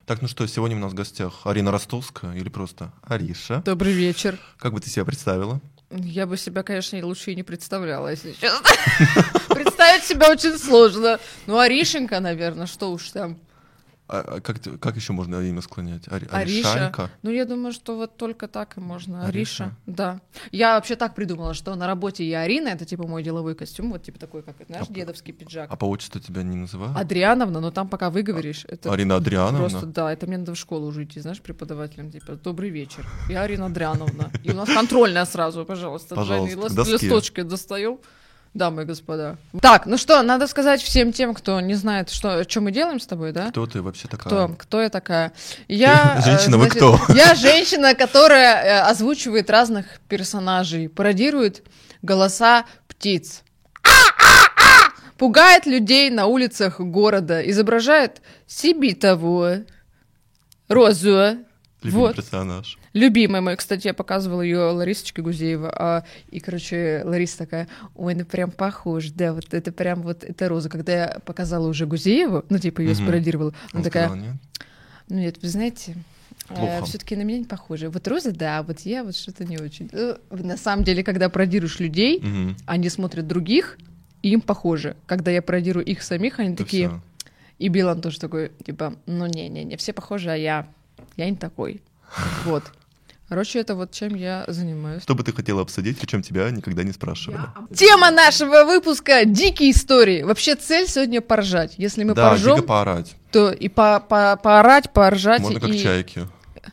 Так, ну что, сегодня у нас в гостях Арина Ростовская или просто Ариша. Добрый вечер. Как бы ты себя представила? Я бы себя, конечно, лучше и не представляла, если честно. Представить себя очень сложно. Ну, Аришенька, наверное, что уж там. Как еще можно имя склонять? Ариша. Аришанька? Ну, я думаю, что вот только так и можно. Ариша? Ариша, да. Я вообще так придумала, что на работе я Арина, это типа мой деловой костюм, вот типа такой, как, знаешь, дедовский пиджак. А по отчеству тебя не называют? Адриановна, но там пока выговоришь. Это Арина Адриановна? Просто, да, это мне надо в школу уже идти, знаешь, преподавателем, типа, добрый вечер, я Арина Адриановна. И у нас контрольная сразу, пожалуйста. Пожалуйста, Листочки достаем. Дамы и господа. Так, ну что, надо сказать всем тем, кто не знает, что мы делаем с тобой, да? Кто ты вообще такая? Кто я такая? Я, женщина, вы кто? Я женщина, которая озвучивает разных персонажей, пародирует голоса птиц. Пугает людей на улицах города, изображает Сибитову, Розу. Любимый персонаж. Любимый мой, кстати, я показывала ее Ларисочке Гузеева, и, короче, Лариса такая, ой, ну прям похож, да, вот это прям вот, это Роза. Когда я показала уже Гузееву, ну, типа, ее спародировала, она такая, сказала, нет? Ну, нет, вы знаете, все-таки на меня не похоже. Вот Роза, да, вот я вот что-то не очень. На самом деле, когда пародируешь людей, они смотрят других, и им похоже. Когда я пародирую их самих, они Это такие... всё. И Билан тоже такой, типа, ну, не-не-не, все похожи, а я не такой. Вот. Короче, это вот чем я занимаюсь. Что бы ты хотела обсудить, о чем тебя никогда не спрашивали? Тема нашего выпуска — дикие истории. Вообще цель сегодня поржать. Если мы Да, поржем, дико поорать. то и поорать, поржать. Можно как чайки.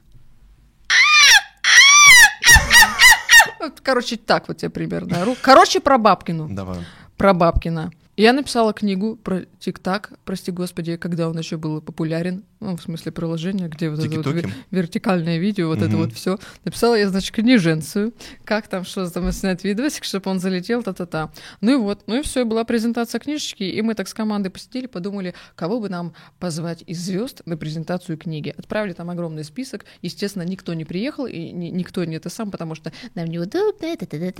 Короче, так вот я примерно ору. Короче, про Бабкину. Давай. Про Бабкина. Я написала книгу про ТикТак, прости господи, когда он еще был популярен, ну, в смысле приложения, где вот это вот вертикальное видео, вот это вот все. Написала я, значит, книженцию, как там, что там снять видосик, чтобы он залетел, та-та-та. Ну и вот, ну и все, была презентация книжечки, и мы так с командой посидели, подумали, кого бы нам позвать из звезд на презентацию книги. Отправили там огромный список, естественно, никто не приехал, и никто не это сам, потому что нам неудобно,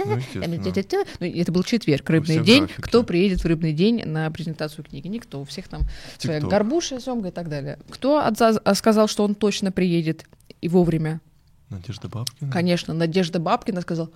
ну, это был четверг, рыбный день, кто приедет в рыбный день на презентацию книги? Никто. У всех там своя горбуша, сёмга и так далее. Кто сказал, что он точно приедет и вовремя? Надежда Бабкина? Конечно, Надежда Бабкина сказала,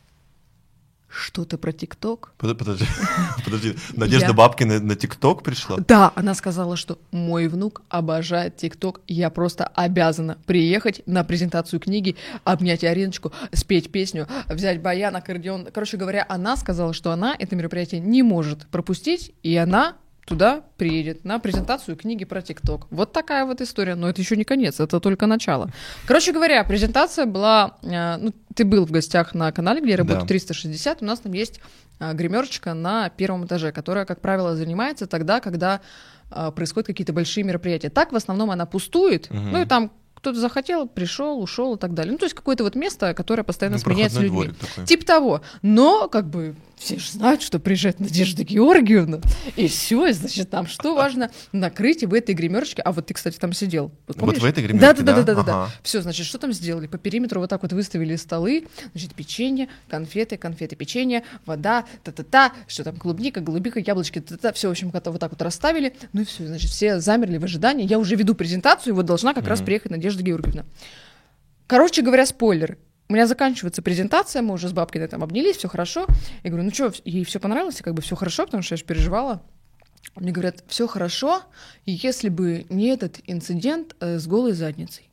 что-то про ТикТок. Подожди. Надежда Бабкина на ТикТок пришла? Да, она сказала, что мой внук обожает ТикТок, я просто обязана приехать на презентацию книги, обнять Ариночку, спеть песню, взять баян, аккордеон. Короче говоря, она сказала, что она это мероприятие не может пропустить, и она туда приедет на презентацию книги про ТикТок. Вот такая вот история. Но это еще не конец, это только начало. Короче говоря, презентация была... Ну, ты был в гостях на канале, где я работаю, 360. У нас там есть гримерочка на первом этаже, которая, как правило, занимается тогда, когда происходят какие-то большие мероприятия. Так, в основном, она пустует. Ну, и там кто-то захотел, пришел, ушел и так далее. Ну, то есть какое-то вот место, которое постоянно сменяется людьми. Типа того. Но, как бы, все же знают, что приезжает Надежда Георгиевна, и все, значит, там что важно накрыть в этой гримерочке. А вот ты, кстати, там сидел. Вот в этой гримерочке, да. Все, значит, что там сделали? По периметру вот так вот выставили столы, значит, печенье, конфеты, печенье, вода, та-та-та, что там, клубника, голубика, яблочки, та-та-та, все, в общем, вот так вот расставили. Ну и все, значит, все замерли в ожидании. Я уже веду презентацию, и вот должна как раз приехать Надежда Георгиевна. Короче говоря, спойлер. У меня заканчивается презентация, мы уже с Бабкиной там обнялись, все хорошо. Я говорю, ну что, ей все понравилось, как бы все хорошо, потому что я же переживала. Мне говорят, все хорошо, если бы не этот инцидент с голой задницей.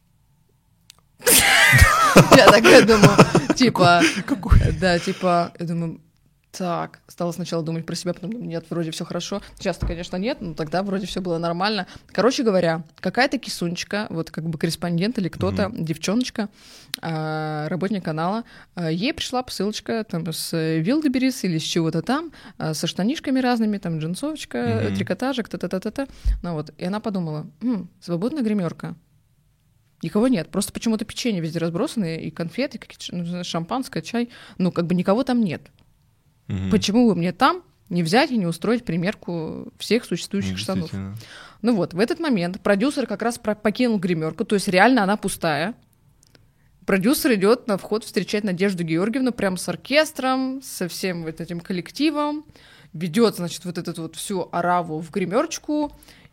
Я такая думаю, типа, да, типа, я думаю, так, стала сначала думать про себя, потом думаю, нет, вроде все хорошо. Сейчас-то, конечно, нет, но тогда вроде все было нормально. Короче говоря, какая-то кисунечка, вот как бы корреспондент или кто-то, девчоночка, работник канала, ей пришла посылочка там с Wildberries или с чего-то там, со штанишками разными, там джинсовочка, трикотажик, та-та-та-та-та. Ну вот, и она подумала, свободная гримерка. Никого нет, просто почему-то печенье везде разбросаны, и конфеты, какие-то, шампанское, чай, ну как бы никого там нет. Почему бы мне там не взять и не устроить примерку всех существующих штанов? Ну вот, в этот момент продюсер как раз покинул гримерку, то есть реально она пустая. Продюсер идет на вход встречать Надежду Георгиевну прямо с оркестром, со всем вот этим коллективом, ведет, значит, вот эту вот всю ораву в гримерочку,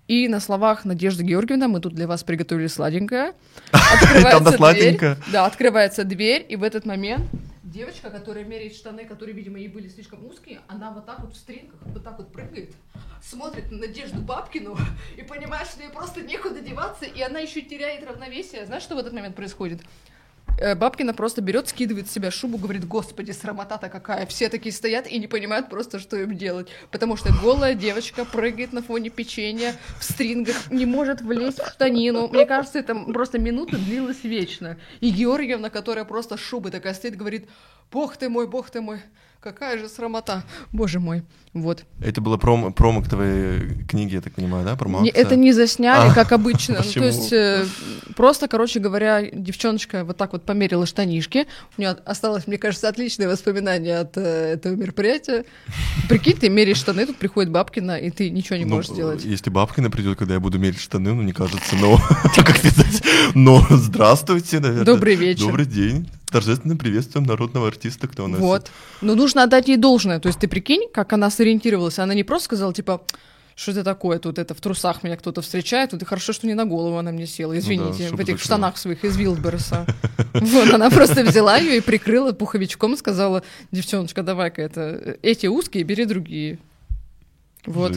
И на словах Надежды Георгиевны мы тут для вас приготовили сладенькое. Там на сладенькое? Да, открывается дверь, и в этот момент девочка, которая меряет штаны, которые, видимо, ей были слишком узкие, она вот так вот в стрингах, вот так вот прыгает, смотрит на Надежду Бабкину и понимает, что ей просто некуда деваться, и она еще теряет равновесие. Знаешь, что в этот момент происходит? Бабкина просто берет, скидывает с себя шубу, говорит: господи, срамота-то какая. Все такие стоят и не понимают просто, что им делать. Потому что голая девочка прыгает на фоне печенья в стрингах, не может влезть в штанину. Мне кажется, это просто минута длилась вечно. И Георгиевна, которая просто с шубой такая стоит, говорит: бог ты мой, какая же срамота, боже мой. Вот. Это было промо к твоей книге, я так понимаю, да? Это не засняли, как обычно. Ну, Почему? то есть просто, короче говоря, девчоночка вот так вот померила штанишки. У нее осталось, мне кажется, отличное воспоминание от этого мероприятия. Прикинь, ты меряешь штаны, тут приходит Бабкина, и ты ничего не можешь сделать. Если Бабкина придет, когда я буду мерить штаны, не кажется, как сказать, здравствуйте, наверное. Добрый вечер. Добрый день. Торжественно приветствуем народного артиста, кто у нас. Вот. Но нужно отдать ей должное. То есть ты прикинь, как она сориентировалась. Она не просто сказала, типа, что это такое, тут это в трусах меня кто-то встречает, тут и хорошо, что не на голову она мне села, извините, в этих штанах своих из Вилдберриса. Вот, она просто взяла ее и прикрыла пуховичком, сказала: девчоночка, давай-ка эти узкие, бери другие. Вот.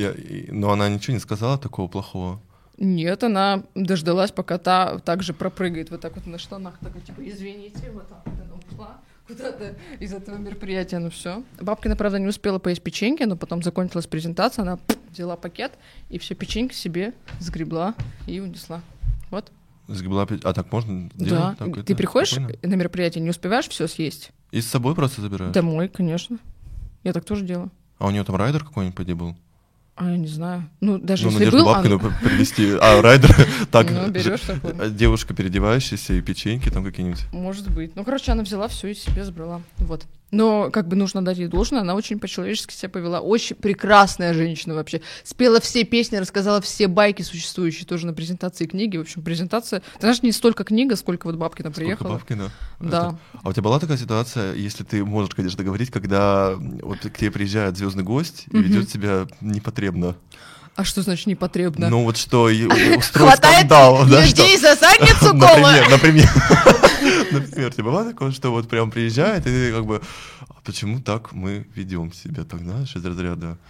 Но она ничего не сказала такого плохого? Нет, она дождалась, пока та также пропрыгает вот так вот на штанах, такая, типа, извините, вот так вот она ушла куда-то из этого мероприятия, ну все. Бабкина, правда, не успела поесть печеньки, но потом закончилась презентация, она взяла пакет и все печеньки себе сгребла и унесла. Вот. Сгребла, а так можно делать? Да. Так, ты приходишь спокойно? на мероприятие, не успеваешь все съесть? И с собой просто забираешь? Домой, конечно. Я так тоже делаю. А у нее там райдер какой-нибудь поди был? А я не знаю. Ну, даже если Надежду был... Бабкину привезти. Райдер, так, Ну, берешь такой. девушка переодевающаяся и печеньки там какие-нибудь. Может быть. Ну, короче, она взяла все и себе забрала. Вот. Но, как бы, нужно дать ей должное, она очень по-человечески себя повела. Очень прекрасная женщина вообще. Спела все песни, рассказала все байки существующие тоже на презентации книги. В общем, презентация... Ты знаешь, не столько книга, сколько вот Бабкина приехала. Бабкина? Да. А у тебя была такая ситуация, если ты можешь, конечно, говорить, когда вот к тебе приезжает звездный гость и ведет себя непотребно? А что значит непотребно? Ну вот что, устроить Хватает скандал. людей за задницу голая. Например, тебе бывало такое, что вот прям приезжает, и ты как бы, а почему так мы ведем себя, так, знаешь, из разряда?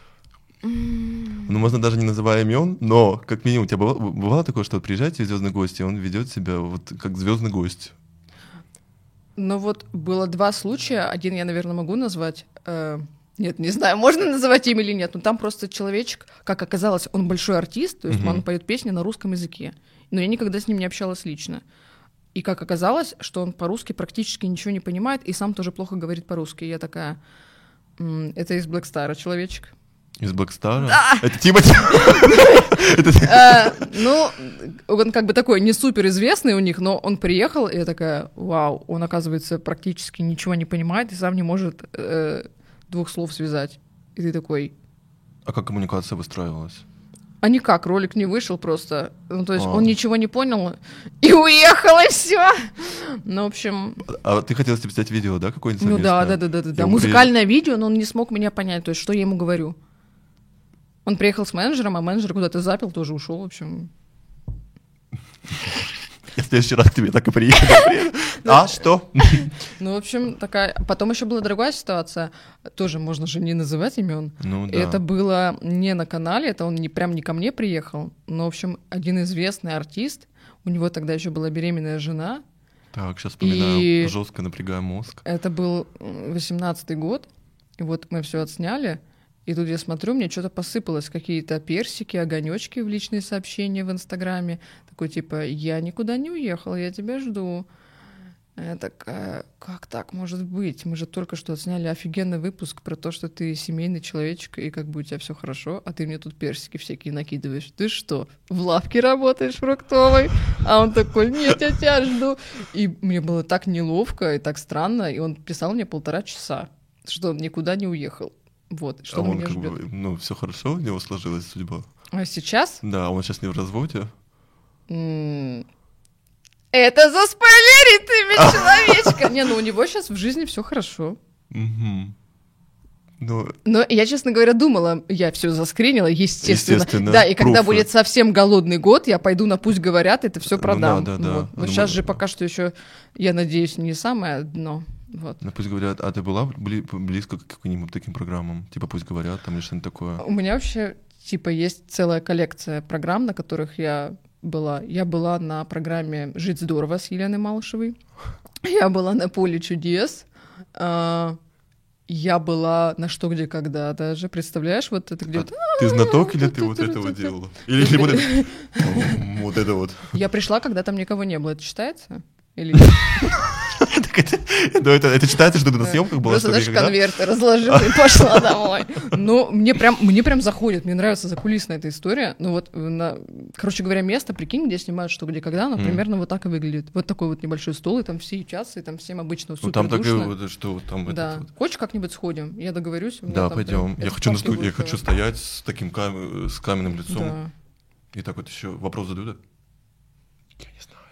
Ну, можно даже не называя имен, но, как минимум, у тебя бывало такое, что вот приезжаете звездный гость, и он ведет себя вот как звездный гость? Ну вот было 2 случая. Один я, наверное, могу назвать. Нет, не знаю, можно называть имя или нет, но там просто человечек, как оказалось, он большой артист, то есть он поет песни на русском языке, но я никогда с ним не общалась лично. И как оказалось, что он по-русски практически ничего не понимает и сам тоже плохо говорит по-русски. И я такая, это из Black Star человечек. Из Black Star? Да! Это Тимати? Ну, он как бы такой не супер известный у них, но он приехал, и я такая, вау, он, оказывается, практически ничего не понимает и сам не может 2 слов связать. И ты такой... А как коммуникация выстраивалась? А никак, ролик не вышел просто. Ну, то есть он ничего не понял и уехал, и все. Ну, в общем... А ты хотела записать видео, да, какое-нибудь Ну совместное? да. Музыкальное видео, но он не смог меня понять, то есть что я ему говорю. Он приехал с менеджером, а менеджер куда-то запил, тоже ушел, в общем. Я в следующий раз к тебе так и приеду. А, что? Ну, в общем, такая... Потом еще была другая ситуация. Тоже можно же не называть имен. Ну, да. Это было не на канале, это он прям не ко мне приехал. Но, в общем, один известный артист, у него тогда еще была беременная жена. Так, сейчас вспоминаю, жестко напрягаю мозг. Это был 18-й год, и вот мы все отсняли, и тут я смотрю, мне что-то посыпалось, какие-то персики, огонечки в личные сообщения в Инстаграме. Такой типа, я никуда не уехал, я тебя жду. Я такая, как так может быть? Мы же только что отсняли офигенный выпуск про то, что ты семейный человечек, и как бы у тебя все хорошо, а ты мне тут персики всякие накидываешь. Ты что, в лавке работаешь фруктовой? А он такой, нет, я тебя жду. И мне было так неловко и так странно, и он писал мне 1,5 часа, что он никуда не уехал. Вот, что он меня ждет. Ну, все хорошо, у него сложилась судьба. А сейчас? Да, он сейчас не в разводе. Это заспойлерит ты, человечка! Не, ну у него сейчас в жизни все хорошо. Но я, честно говоря, думала, я все заскринила, естественно. Да, и когда пруфы. будет совсем голодный год, я пойду на «Пусть говорят», это все продам. Да. Вот. Но сейчас же пока что еще, я надеюсь, не самое дно. Вот. Ну, «Пусть говорят», а ты была близко к каким-нибудь таким программам? Типа «Пусть говорят», там или что-нибудь такое? У меня вообще, типа, есть целая коллекция программ, на которых я была. Я была на программе «Жить здорово» с Еленой Малышевой. Я была на «Поле чудес». Я была на «Что, где, когда» даже. Представляешь, вот это где-то... Ты знаток или ты вот это вот делала? Или вот это вот? Я пришла, когда там никого не было. Это считается? Или нет? Это считается, что ты на съемках была? Просто даже конверты разложила и пошла домой. Ну, мне прям заходит, мне нравится закулисная эта история. Ну вот, короче говоря, место, прикинь, где снимают «Что, где, когда», оно примерно вот так и выглядит. Вот такой вот небольшой стол, и там все ютятся, и там всем обычно супер душно. Ну там такое вот, что там... Да. Хочешь как-нибудь сходим? Я договорюсь. Да, пойдем. Я хочу стоять с таким с каменным лицом. И так вот еще вопрос задают. Я не знаю.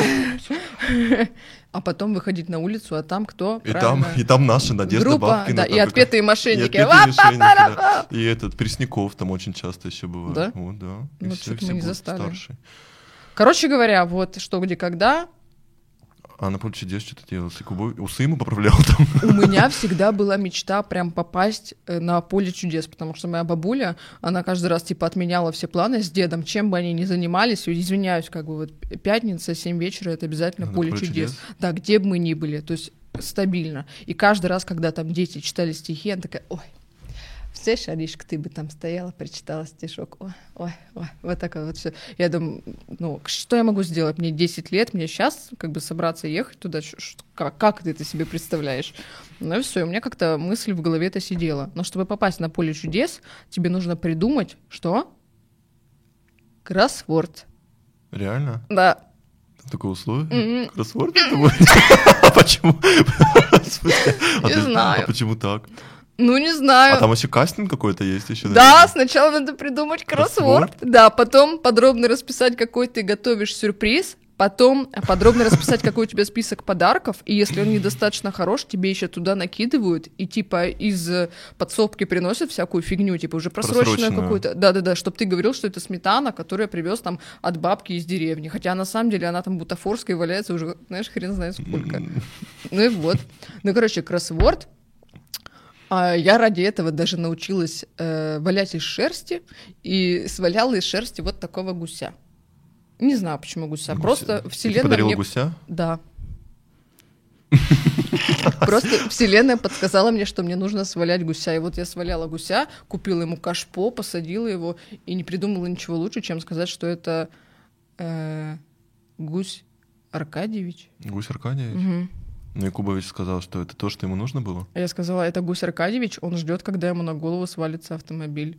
А потом выходить на улицу, а там кто? И там наша Надежда группа, Бабкина. Да, и отпетые мошенники. И этот Пресняков там очень часто еще бывает. Да? Вот, да. Ну, что-то мы не застали. Старший. Короче говоря, вот «Что, где, когда». А на «Поле чудес» что-то делал? Усы ему поправлял там? У меня всегда была мечта прям попасть на «Поле чудес», потому что моя бабуля, она каждый раз типа отменяла все планы с дедом, чем бы они ни занимались. Извиняюсь, как бы вот пятница, 7 вечера, это обязательно «Поле чудес». Да, где бы мы ни были, то есть стабильно. И каждый раз, когда там дети читали стихи, она такая: ой, представляешь, Аришка, ты бы там стояла, прочитала стишок. Ой, вот такое вот все. Я думаю, ну, что я могу сделать? Мне 10 лет, мне сейчас как бы собраться ехать туда. Как ты это себе представляешь? Ну и все, у меня как-то мысль в голове-то сидела. Но чтобы попасть на «Поле чудес», тебе нужно придумать, что? Кроссворд. Реально? Да. Такое условие? Кроссворд? А почему? Не знаю. А почему так? Ну, не знаю. А там еще кастинг какой-то есть еще? Да, сначала надо придумать кроссворд. Да, потом подробно расписать, какой ты готовишь сюрприз, потом подробно расписать, какой у тебя список подарков, и если он недостаточно хорош, тебе еще туда накидывают, и типа из подсобки приносят всякую фигню, типа уже просроченную какую-то. Да, чтобы ты говорил, что это сметана, которую я привез там от бабки из деревни. Хотя на самом деле она там бутафорская валяется уже, знаешь, хрен знает сколько. Ну и вот. Ну, короче, кроссворд. А я ради этого даже научилась валять из шерсти, и сваляла из шерсти вот такого гуся. Не знаю, почему гуся. Просто вселенная ты подарила мне... гуся? Да. Просто вселенная подсказала мне, что мне нужно свалять гуся. И вот я сваляла гуся, купила ему кашпо, посадила его, и не придумала ничего лучше, чем сказать, что это гусь Аркадьевич. Гусь Аркадьевич? Угу. Ну, Якубович сказал, что это то, что ему нужно было? Я сказала, это гусь Аркадьевич, он ждет, когда ему на голову свалится автомобиль.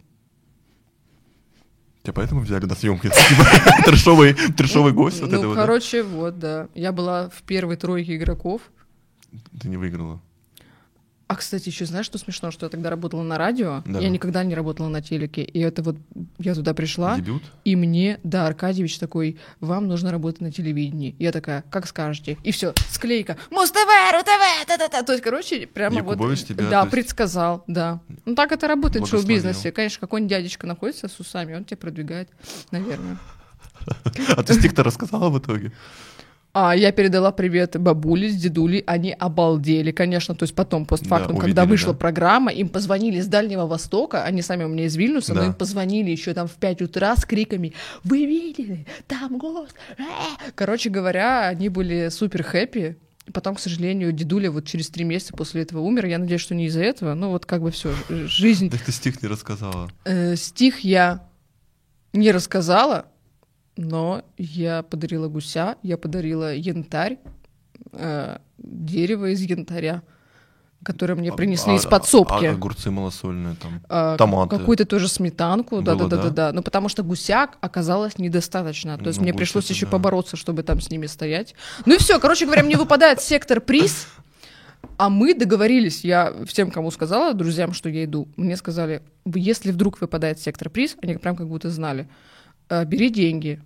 Тебя поэтому взяли на съемки? Трешовый гость? Ну, короче, вот, да. Я была в первой тройке игроков. Ты не выиграла. А, кстати, еще знаешь, что смешно, что я тогда работала на радио, да. Я никогда не работала на телеке, и это вот я туда пришла, дебют? И мне, да, Аркадьевич такой: вам нужно работать на телевидении. Я такая: как скажете. И все, склейка: Муз-ТВ, РУ-ТВ, та-та-та. То есть, короче, прямо Якубович вот... тебя, да, предсказал, да. Ну так это работает в шоу-бизнесе. Конечно, какой-нибудь дядечка находится с усами, он тебя продвигает, наверное. А ты стих-то рассказала в итоге? Я передала привет бабуле с дедулей, они обалдели, конечно, то есть потом, постфактум, да, когда вышла программа, им позвонили с Дальнего Востока, они сами у меня из Вильнюса, но им позвонили еще там в 5 утра с криками: вы видели, там гость, Короче говоря, они были супер хэппи. Потом, к сожалению, дедуля вот через 3 месяца после этого умер, я надеюсь, что не из-за этого, ну вот как бы все, жизнь... Да ты стих не рассказала. Стих я не рассказала, но я подарила гуся, я подарила янтарь, дерево из янтаря, которое мне принесли из подсобки. Огурцы малосольные, там, томаты. Какую-то тоже сметанку, да. Ну, потому что гуся оказалось недостаточно. То есть мне пришлось еще побороться, чтобы там с ними стоять. Ну и все, короче говоря, мне выпадает сектор приз, а мы договорились, я всем, кому сказала, друзьям, что я иду, мне сказали: если вдруг выпадает сектор приз, они прям как будто знали, бери деньги,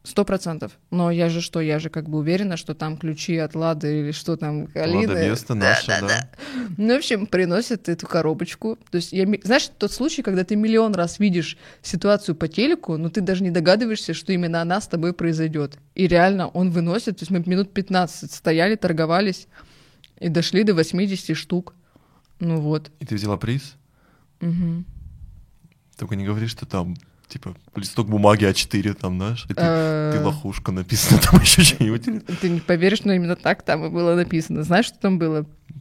100%. Но я же как бы уверена, что там ключи от Лады или что там, Алины. Лада Веста наша, да. Ну, в общем, приносят эту коробочку. То есть, знаешь, тот случай, когда ты миллион раз видишь ситуацию по телеку, но ты даже не догадываешься, что именно она с тобой произойдет. И реально он выносит. То есть мы минут 15 стояли, торговались и дошли до 80 штук. Ну вот. И ты взяла приз? Угу. Только не говори, что там типа листок бумаги А4 там, знаешь, и ты лохушка написано там еще что-нибудь. Ты не поверишь, но именно так там и было написано. Знаешь, что там было?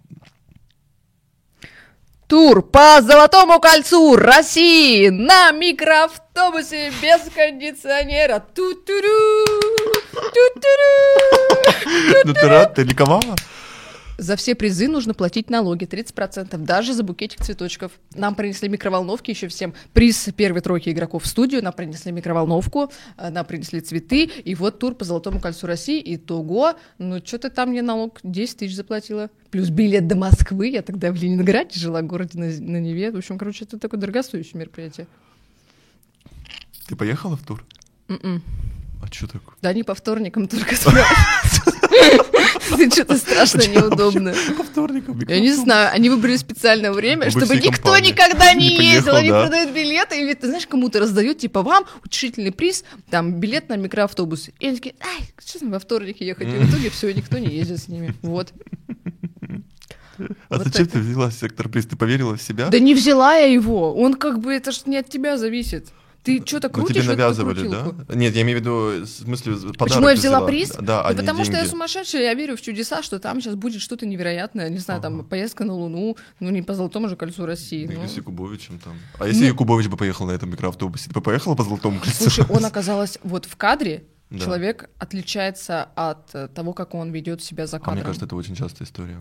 Тур по Золотому кольцу России на микроавтобусе без кондиционера. Ту-ту-ру! Ту-ту-ру! Ну ты рад, ты ликовала? За все призы нужно платить налоги 30%, даже за букетик цветочков. Нам принесли микроволновки еще всем. Приз первой тройки игроков в студию, нам принесли микроволновку, нам принесли цветы, и вот тур по Золотому кольцу России. Итого, ну что-то там мне налог 10 тысяч заплатила. Плюс билет до Москвы, я тогда в Ленинграде жила, в городе на Неве. В общем, короче, это такое дорогостоящее мероприятие. Ты поехала в тур? А что такое? Да, не по вторникам только. Ты что-то страшно неудобно. По вторникам. Я не знаю, они выбрали специальное время, чтобы никто никогда не ездил. Они продают билеты, или ты знаешь, кому-то раздают, типа, вам утешительный приз, там, билет на микроавтобус. И они такие, ай, что во вторник ехать? И в итоге все, никто не ездит с ними. Вот. А зачем ты взяла сектор приз? Ты поверила в себя? Да не взяла я его. Он как бы, это ж не от тебя зависит. Ты что-то крутишь тебе в эту навязывали, крутилку. Да? Нет, я имею в виду, в смысле, подарок. Почему я взяла приз? Да, ну, потому что я сумасшедшая, я верю в чудеса, что там сейчас будет что-то невероятное. Не знаю, там поездка на Луну, ну не по Золотому же кольцу России. Ну, с Якубовичем там. А если Якубович бы поехал на этом микроавтобусе, ты бы поехала по Золотому кольцу? Слушай, он оказалось вот в кадре, человек отличается от того, как он ведет себя за кадром. А мне кажется, это очень частая история.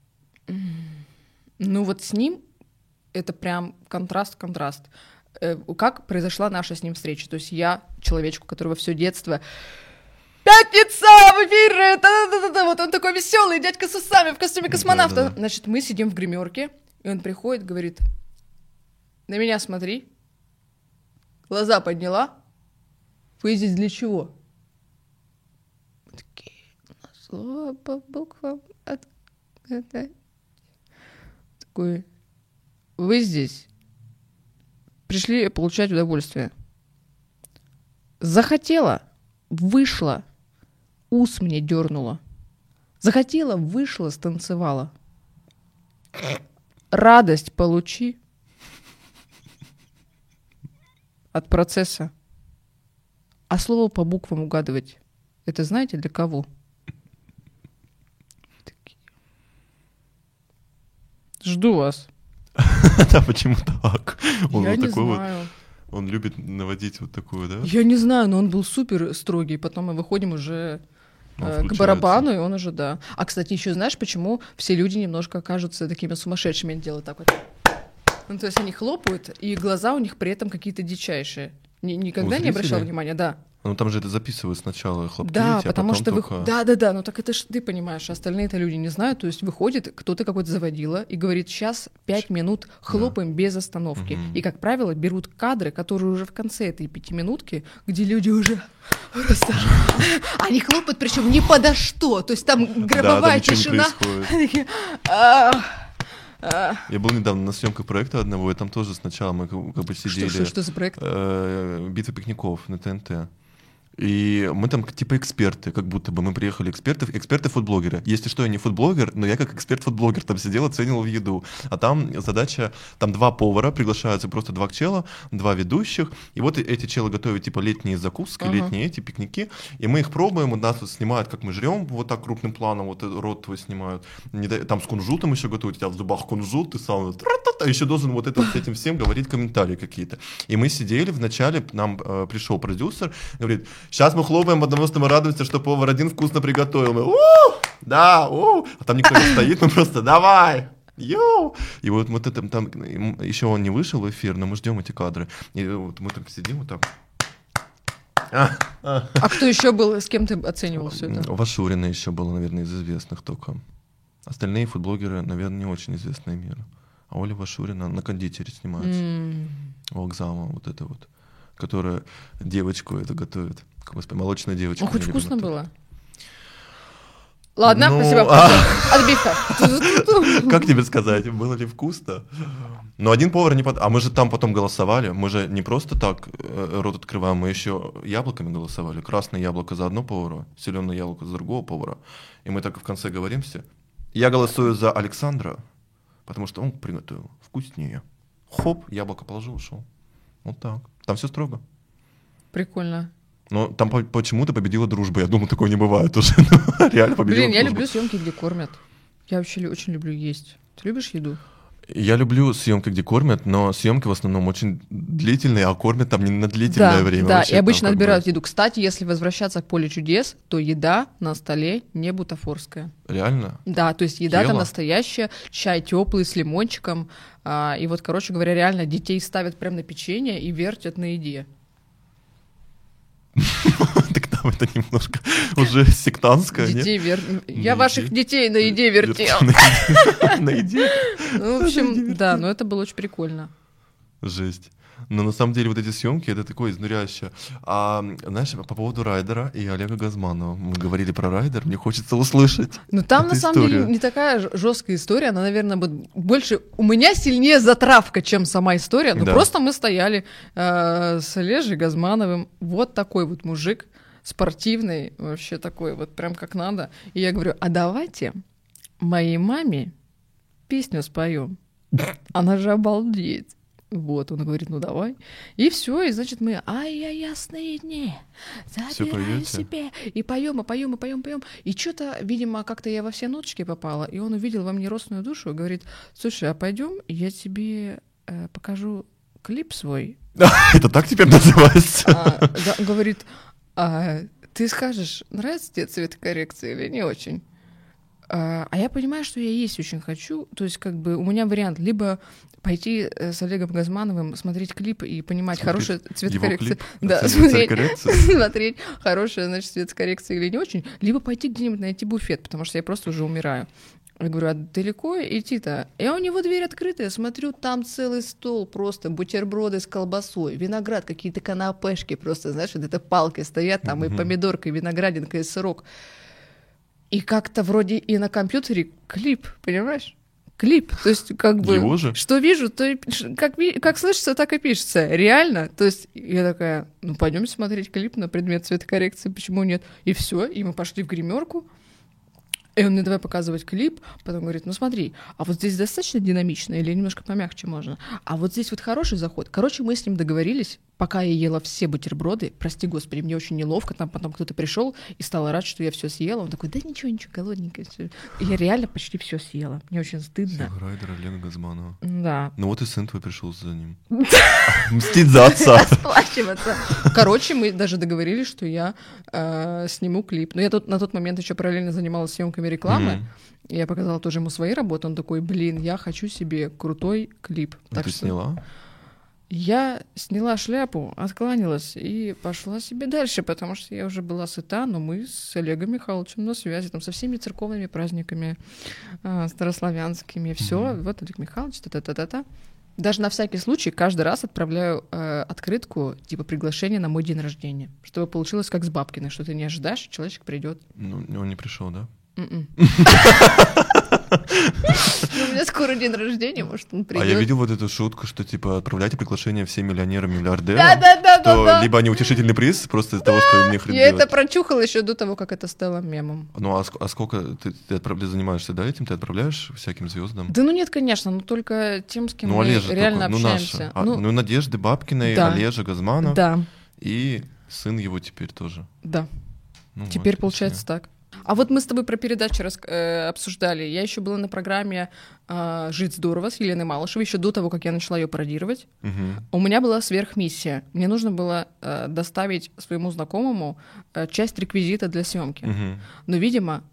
Ну вот с ним это прям контраст. Как произошла наша с ним встреча. То есть я, человечку, которого все детство «Пятница! В эфире! Да-да-да-да!» Вот он такой веселый, дядька с усами в костюме космонавта. Да-да-да. Значит, мы сидим в гримерке, и он приходит, говорит: «На меня смотри, глаза подняла, вы здесь для чего?» Мы такие: слово по буквам. Такой: «Вы здесь пришли получать удовольствие. Захотела, вышла, ус мне дернула. Захотела, вышла, станцевала. Радость получи от процесса. А слово по буквам угадывать, это знаете для кого?» Жду вас. Да, почему так? Он я вот не такой знаю. Вот, он любит наводить вот такую, да? Я не знаю, но он был супер строгий. Потом мы выходим уже к барабану, и он уже, да. А, кстати, еще знаешь, почему все люди немножко кажутся такими сумасшедшими? Они делают так вот. Ну, то есть они хлопают, и глаза у них при этом какие-то дичайшие. Никогда не обращал внимания, да. Ну там же это записывают сначала хлопки, да, потому что только... Да, ну так это ж ты понимаешь, остальные-то люди не знают, то есть выходит кто-то какой-то заводила и говорит: сейчас 5 минут хлопаем без остановки. И, как правило, берут кадры, которые уже в конце этой 5-минутки, где люди уже просто... Они хлопают, причем не подо что, то есть там гробовая тишина. Я был недавно на съемках проекта одного, и там тоже сначала мы как бы сидели... Что за проект? «Битва пикников» на ТНТ. И мы там типа эксперты, как будто бы мы приехали эксперты-фудблогеры. Если что, я не фудблогер, но я как эксперт-фудблогер там сидел, оценивал еду. А там задача, там 2 повара, приглашаются просто 2 чела, 2 ведущих. И вот эти челы готовят типа летние закуски, летние эти пикники. И мы их пробуем, нас вот снимают, как мы жрем, вот так крупным планом, вот рот твой снимают. Там с кунжутом еще готовят, у тебя в зубах кунжут, ты сам еще должен вот это с этим всем говорить комментарии какие-то. И мы сидели, вначале нам пришел продюсер, говорит: сейчас мы хлопаем, потому что мы радуемся, что повар один вкусно приготовил. Мы: да, а там никто не стоит, мы просто: давай, йоу. И вот это там еще он не вышел в эфир, но мы ждем эти кадры. И вот мы так сидим вот так. А кто еще был, с кем ты оценивал все это? Вашурина еще была, наверное, из известных только. Остальные фудблогеры, наверное, не очень известные миру. А Оля Вашурина на кондитере снимается. Вокзала, вот это вот. которая девочку это готовит. Господи, молочная девочка. Хоть вкусно было? Ладно, спасибо. Отбивка. Как тебе сказать, было ли вкусно? Но один повар не... А мы же там потом голосовали. Мы же не просто так рот открываем, мы еще яблоками голосовали. Красное яблоко за одно повара, зеленое яблоко за другого повара. И мы так в конце говорим все. Я голосую за Александра, потому что он приготовил вкуснее. Хоп, яблоко положил, ушел. Вот так. Там все строго. Прикольно. Но там почему-то победила дружба. Я думаю, такое не бывает уже. Реально победила дружба. Я люблю съемки, где кормят. Я вообще очень люблю есть. Ты любишь еду? Я люблю съемки, где кормят, но съемки в основном очень длительные, а кормят там не на длительное время. Да, и обычно отбирают еду. Кстати, если возвращаться к полю чудес, то еда на столе не бутафорская. Реально? Да, то есть еда там настоящая, чай теплый с лимончиком. И вот, короче говоря, реально детей ставят прямо на печенье и вертят на еде. Так там это немножко уже сектантское, нет? Я ваших детей на еде вертел. На еде? Ну, в общем, да, но это было очень прикольно. Жесть. Но на самом деле вот эти съемки это такое изнуряющее. А знаешь, по поводу Райдера и Олега Газманова. Мы говорили про Райдер, мне хочется услышать. Ну там на самом деле не такая жесткая история, она, наверное, больше у меня сильнее затравка, чем сама история. Ну просто мы стояли с Олежей Газмановым, вот такой вот мужик, спортивный, вообще такой вот прям как надо. И я говорю, а давайте моей маме песню споем. Она же обалдеет. Вот, он говорит, ну давай. И все, и значит мы, ай-я ясные дни, забираю себе. И поем. И что-то, видимо, как-то я во все ноточки попала, и он увидел во мне родственную душу и говорит, слушай, а пойдем, я тебе покажу клип свой. Это так теперь называется? Говорит, ты скажешь, нравится тебе цветокоррекция или не очень? А я понимаю, что я есть очень хочу. То есть, как бы, у меня вариант либо пойти с Олегом Газмановым смотреть клип и понимать, хорошая цветокоррекция. Да, смотреть, хорошая, значит, цветокоррекция или не очень, либо пойти где-нибудь найти буфет, потому что я просто уже умираю. Я говорю, а далеко идти-то? Я у него дверь открытая, смотрю, там целый стол просто, бутерброды с колбасой, виноград, какие-то канапешки просто, знаешь, вот это палки стоят, там и помидорка, и виноградинка, и сырок. И как-то вроде и на компьютере клип, понимаешь? Клип, то есть как бы его же? Что вижу, то и, как слышится, так и пишется. Реально, то есть я такая, ну пойдем смотреть клип на предмет цветокоррекции, почему нет? И все, и мы пошли в гримерку. И он мне давай показывать клип, потом говорит, ну смотри, а вот здесь достаточно динамично или немножко помягче можно? А вот здесь вот хороший заход. Короче, мы с ним договорились, пока я ела все бутерброды, прости господи, мне очень неловко, там потом кто-то пришел и стал рад, что я все съела. Он такой, да ничего, голодненькая. И я реально почти все съела. Мне очень стыдно. Райдер Олега Газманова. Да. Ну вот и сын твой пришел за ним. Мстить за отца. Расплачиваться. Короче, мы даже договорились, что я сниму клип. Но я на тот момент еще параллельно занималась съемками рекламы. Я показала тоже ему свои работы. Он такой, блин, я хочу себе крутой клип. Так ты сняла? Я сняла шляпу, откланялась и пошла себе дальше, потому что я уже была сыта, но мы с Олегом Михайловичем на связи, там, со всеми церковными праздниками старославянскими, все. Вот Олег Михайлович, та-та-та-та-та. Даже на всякий случай каждый раз отправляю открытку, типа приглашение на мой день рождения, чтобы получилось как с Бабкиной, что ты не ожидаешь, человечек придет. Ну, он не пришел, да? У меня скоро день рождения, может, он придет. А я видел вот эту шутку, что типа отправляйте приглашение всем миллионерам, миллиардерам. Да. Либо они утешительный приз просто из-за того, что у них Я это прочухала еще до того, как это стало мемом. Ну а сколько ты занимаешься, да, этим? Ты отправляешь всяким звездам? Да ну нет, конечно, но только тем, с кем мы реально общаемся. Ну Надежды Бабкиной, Олежа Газманов. Да. И сын его теперь тоже. Да. Теперь получается так. А вот мы с тобой про передачи обсуждали. Я еще была на программе «Жить здорово» с Еленой Малышевой, еще до того, как я начала ее пародировать. У меня была сверхмиссия. Мне нужно было доставить своему знакомому часть реквизита для съемки. Но, видимо,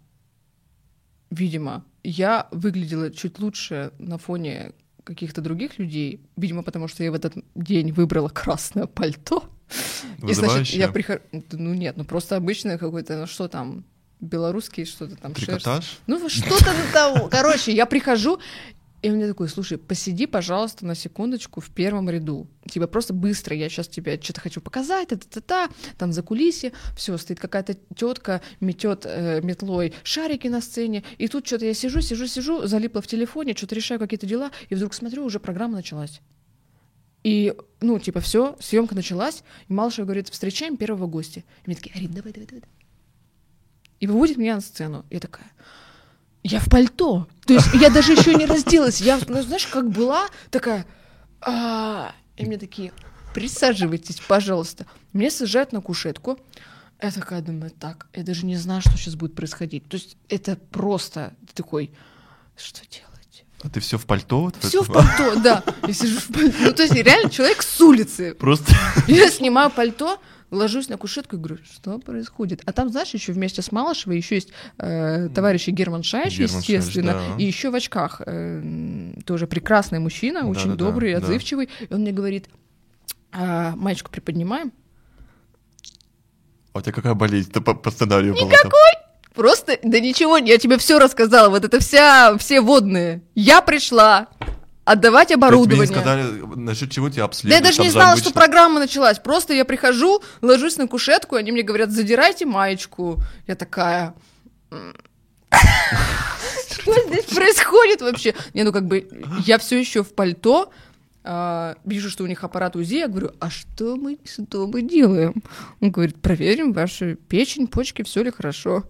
я выглядела чуть лучше на фоне каких-то других людей. Видимо, потому что я в этот день выбрала красное пальто. И, значит, я прихожу... Ну нет, просто обычное какое-то, ну что там... Белорусский что-то там. Трикотаж? Шерсть. Ну, что-то на того. Короче, я прихожу, И он мне такой: слушай, посиди, пожалуйста, на секундочку в первом ряду. Типа просто быстро, я сейчас тебе что-то хочу показать, та-та-та-та. Там за кулисье, все, стоит какая-то тетка, метет метлой шарики на сцене. И тут что-то я сижу, залипла в телефоне, что-то решаю какие-то дела, и вдруг смотрю, уже программа началась. И, ну, типа, все, съемка началась, и Малышева говорит: встречаем первого гостя. И мне такие: Арин, давай. И выводит меня на сцену. Я такая: я в пальто. То есть я даже еще не разделась. Я, знаешь, как была, такая... И мне такие: присаживайтесь, пожалуйста. Меня сажают на кушетку. Я такая думаю: так, я даже не знаю, что сейчас будет происходить. То есть это просто такой: что делать? А ты все в пальто? Все в пальто, да. Я сижу в пальто. Ну, то есть реально человек с улицы. Просто... Я снимаю пальто, ложусь на кушетку и говорю: что происходит? А там, знаешь, еще вместе с Малышевой еще есть товарищ Герман Шайш, естественно, да. И еще в очках тоже прекрасный мужчина, очень добрый, отзывчивый. И он мне говорит: маечку приподнимаем. А у тебя какая болезнь-то по сценарию была? Никакой! Просто, да ничего, я тебе все рассказала, вот это все водные. Я пришла отдавать оборудование. Мне сказали, насчет чего тебя обследуют. Да я даже не знала, что программа началась. Просто я прихожу, ложусь на кушетку, они мне говорят: задирайте маечку. Я такая: что здесь происходит вообще? Не, ну как бы я все еще в пальто, вижу, что у них аппарат УЗИ, я говорю: а что мы делаем? Он говорит: проверим вашу печень, почки, все ли хорошо.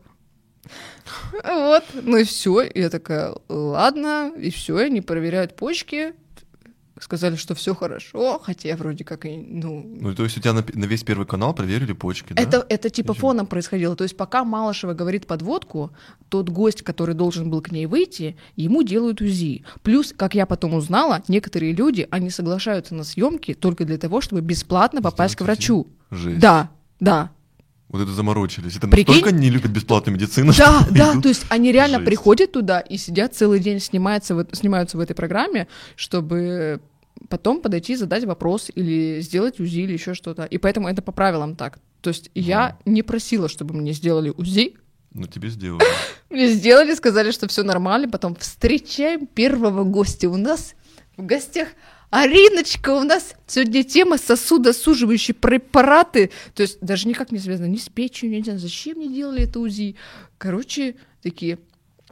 Вот, ну и все. И я такая: ладно, и все, они проверяют почки. Сказали, что все хорошо, хотя я вроде как и, Ну, то есть у тебя на весь Первый канал проверили почки, да? Это типа фоном происходило. То есть пока Малышева говорит подводку, тот гость, который должен был к ней выйти, ему делают УЗИ. Плюс, как я потом узнала, некоторые люди, они соглашаются на съемки только для того, чтобы бесплатно попасть к врачу. Жесть. Да. Вот это заморочились. Это Прикинь? настолько не любят бесплатную медицину, да, что да, то есть они реально Жесть. приходят туда и сидят целый день, снимаются в этой программе, чтобы потом подойти, задать вопрос или сделать УЗИ или еще что-то. И поэтому это по правилам так. То есть я не просила, чтобы мне сделали УЗИ. Ну, тебе сделали. Мне сделали, сказали, что все нормально. Потом встречаем первого гостя. У нас в гостях Ариночка. У нас сегодня тема сосудосуживающие препараты. То есть даже никак не связано ни с печенью, не знаю, зачем мне делали это УЗИ. Короче, такие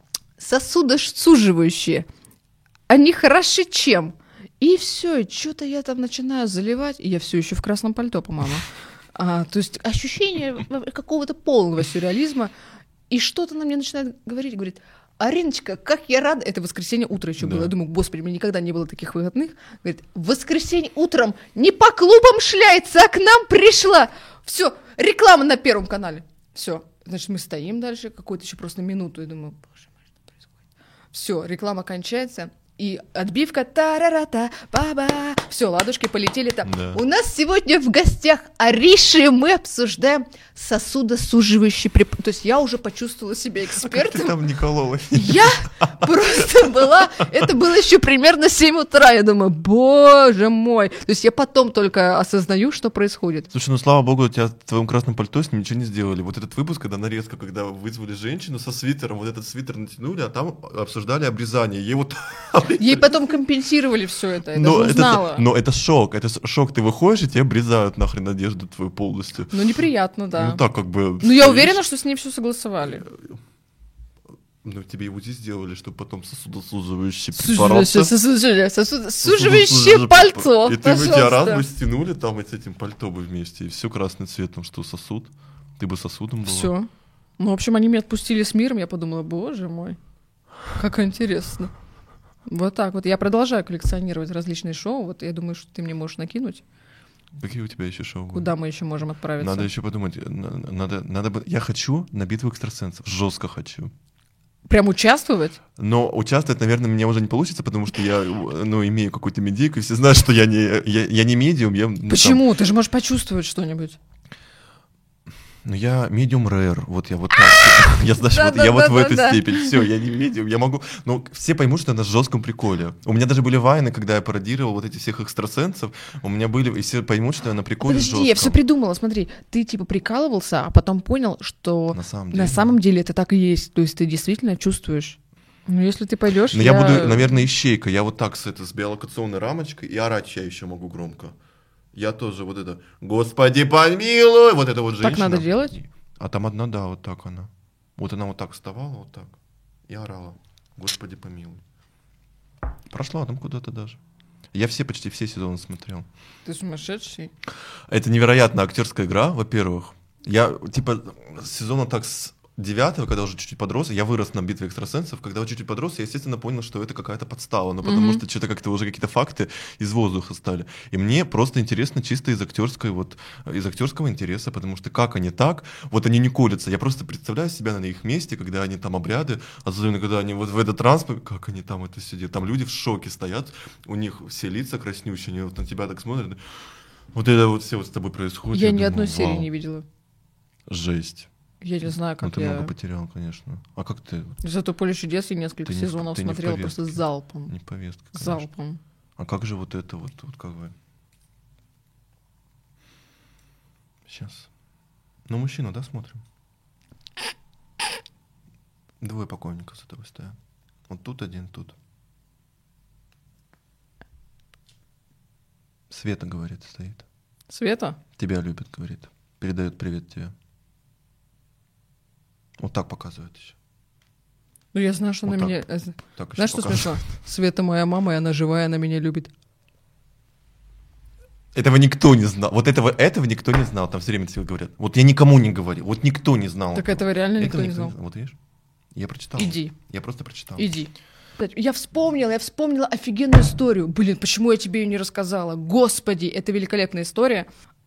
сосудосуживающие. Они хороши чем? И все, что-то я там начинаю заливать, и я все еще в красном пальто, по-моему. То есть ощущение какого-то полного сюрреализма. И что-то она мне начинает говорить: Ариночка, как я рада. Это воскресенье утро еще было. Я думаю: господи, мне никогда не было таких выходных. Говорит: в воскресенье утром не по клубам шляется, а к нам пришла. Все, реклама на Первом канале. Все. Значит, мы стоим дальше какую-то еще просто минуту. И думаю: боже мой, что происходит? Все, реклама кончается. И отбивка та-ра-ра-та, ба-ба. Все, ладушки полетели там. Да. У нас сегодня в гостях Ариша, и мы обсуждаем сосудосуживающие препараты. То есть я уже почувствовала себя экспертом. А как ты там не кололась? Я просто была... Это было еще примерно 7 утра. Я думаю: боже мой. То есть я потом только осознаю, что происходит. Слушай, ну слава богу, у тебя в твоем красном пальто с ним ничего не сделали. Вот этот выпуск, когда нарезка, когда вызвали женщину со свитером, вот этот свитер натянули, а там обсуждали обрезание. Ей вот... Ей потом компенсировали все это, я даже узнала. Но это шок, ты выходишь, и тебе обрезают нахрен одежду твою полностью. Ну, неприятно, да. Ну, так как бы... Ну, я уверена, что с ней все согласовали. Ну, тебе его здесь сделали, чтобы потом сосудосуживающие препараты... Суживающее пальто, и тебя раз бы стянули там и с этим пальто бы вместе, и все красным цветом, что сосуд. Ты бы сосудом была. Все. Ну, в общем, они меня отпустили с миром, я подумала: боже мой, как интересно. Вот так вот. Я продолжаю коллекционировать различные шоу. Вот я думаю, что ты мне можешь накинуть. Какие у тебя еще шоу? Куда мы еще можем отправиться? Надо еще подумать. Я хочу на битву экстрасенсов. Жестко хочу. Прям участвовать? Но участвовать, наверное, мне уже не получится, потому что я, имею какую-то медийку, и все знают, что я не медиум. Почему? Ты же можешь почувствовать что-нибудь. Ну, я медиум рэр, вот я вот так. Я вот в этой степени. Все, я не медиум, я могу... Но все поймут, что это на жестком приколе. У меня даже были вайны, когда я пародировал вот эти всех экстрасенсов, у меня были... И все поймут, что я на приколе жестком. Подожди, я все придумала, смотри. Ты типа прикалывался, а потом понял, что на самом деле это так и есть. То есть ты действительно чувствуешь. Ну, если ты пойдешь, Но я буду, наверное, ищейка. Я вот так с биолокационной рамочкой, и орать я еще могу громко. Я тоже вот это «Господи помилуй!» Вот это вот женщина. Так надо делать? А там одна, да, вот так она. Вот она вот так вставала, вот так, и орала «Господи помилуй». Прошла там куда-то даже. Я почти все сезоны смотрел. Ты сумасшедший. Это невероятная актерская игра, во-первых. Я, типа, сезона так с 9-го, когда уже чуть-чуть подрос, я вырос на «Битве экстрасенсов», когда уже чуть-чуть подрос, я, естественно, понял, что это какая-то подстава, ну, потому что что-то как-то уже какие-то факты из воздуха стали. И мне просто интересно чисто из актерского интереса, потому что как они так, вот они не колятся. Я просто представляю себя на их месте, когда они там обряды, особенно когда они вот в этот транспорт, как они там это сидят, там люди в шоке стоят, у них все лица краснющие, они вот на тебя так смотрят, вот это вот все вот с тобой происходит. Я ни одной серии не видела. Жесть. Я не знаю, как ты много потерял, конечно. А как ты? Зато «Поле чудес» я несколько сезонов смотрела просто залпом. Не повестка, конечно. Залпом. А как же вот это вот как бы... Сейчас. Ну, мужчину, да, смотрим? Двое покойников за тобой стоят. Вот тут один, тут. Света, говорит, стоит. Света? Тебя любит, говорит. Передает привет тебе. Вот так показывает еще. Ну, я знаю, что вот она меня... Так знаешь, что смешно? Света моя мама, и она живая, она меня любит. Этого никто не знал. Вот этого никто не знал. Там все время все говорят. Вот я никому не говорил. Вот никто не знал. Так этого реально никто не знал. Вот видишь? Я прочитал. Иди. Я просто прочитал. Иди. Я вспомнила офигенную историю. Блин, почему я тебе ее не рассказала? Господи, это великолепная история.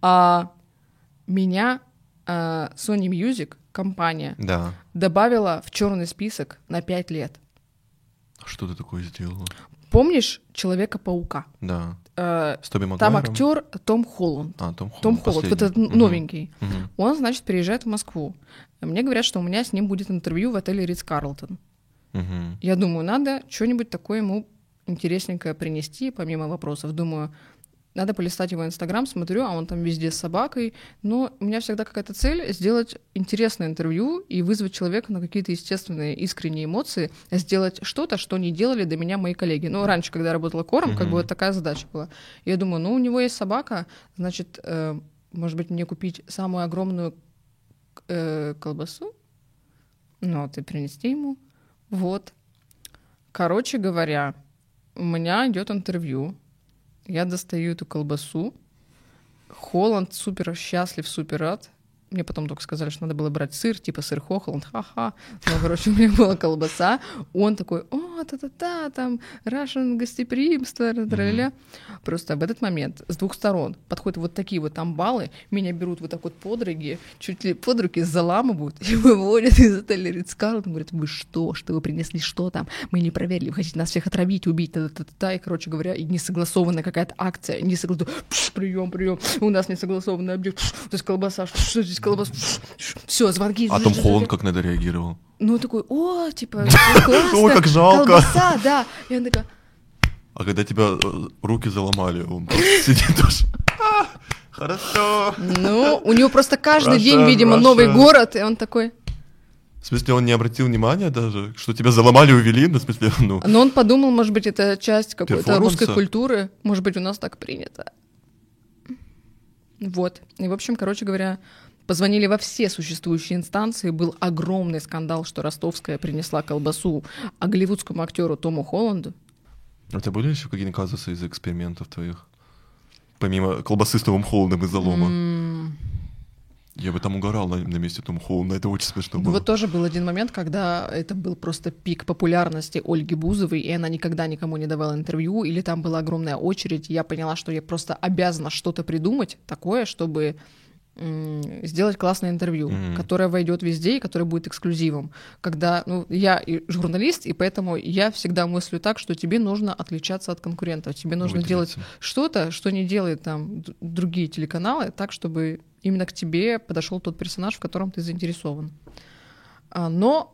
Меня Sony Music, компания, добавила в черный список на 5 лет. Что ты такое сделала? Помнишь Человека-паука? Да. С Тоби Магуайром? Там актер Том Холланд. Том Холланд, вот этот новенький. Он, значит, переезжает в Москву. Мне говорят, что у меня с ним будет интервью в отеле Ритц-Карлтон. Я думаю, надо что-нибудь такое ему интересненькое принести, помимо вопросов. Думаю, надо полистать его Инстаграм, смотрю, а он там везде с собакой. Но у меня всегда какая-то цель — сделать интересное интервью и вызвать человека на какие-то естественные, искренние эмоции, сделать что-то, что не делали до меня мои коллеги. Ну, раньше, когда я работала кором, как бы вот такая задача была. Я думаю, ну, у него есть собака, значит, может быть, мне купить самую огромную колбасу? Ну, вот и принести ему. Вот. Короче говоря, у меня идет интервью. Я достаю эту колбасу. Холланд супер счастлив, супер рад. Мне потом только сказали, что надо было брать сыр, типа сыр Хохланд, ха-ха. Ну, короче, у меня была колбаса. Он такой, та-та-та, там, Russian гостеприимство, тра-ля-ля. Просто в этот момент с двух сторон подходят вот такие вот амбалы, меня берут вот так вот под ноги, чуть ли под руки заламывают и выводят из отеля Ритц-Карлтон. Говорят, вы что вы принесли, что там? Мы не проверили, вы хотите нас всех отравить, убить, та-та-та. И, короче говоря, и несогласованная какая-то акция, прием, у нас несогласованный объект, то есть колбаса, что здесь колбаса, все, звонки. А Том Холланд как на это реагировал? Ну, такой, типа, классно. Ой, как жалко. Колбаса, да. И она такая... А когда тебя руки заломали, он просто сидит тоже. Хорошо. Ну, у него просто каждый день, видимо, новый город, и он такой... В смысле, он не обратил внимания даже, что тебя заломали, увели? Ну, в смысле, ну... Но он подумал, может быть, это часть какой-то русской культуры. Может быть, у нас так принято. Вот. И, в общем, короче говоря... Позвонили во все существующие инстанции, был огромный скандал, что ростовская принесла колбасу голливудскому актеру Тому Холланду. А у тебя были еще какие-нибудь казусы из экспериментов твоих? Помимо колбасы с Томом Холландом из «Залома». Я бы там угорал на месте Тома Холланда, это очень смешно было. Вот тоже был один момент, когда это был просто пик популярности Ольги Бузовой, и она никогда никому не давала интервью, или там была огромная очередь, и я поняла, что я просто обязана что-то придумать такое, чтобы... сделать классное интервью, которое войдет везде и которое будет эксклюзивом. Когда, я и журналист, и поэтому я всегда мыслю так, что тебе нужно отличаться от конкурентов, тебе нужно делать что-то, что не делают там другие телеканалы, так, чтобы именно к тебе подошел тот персонаж, в котором ты заинтересован. Но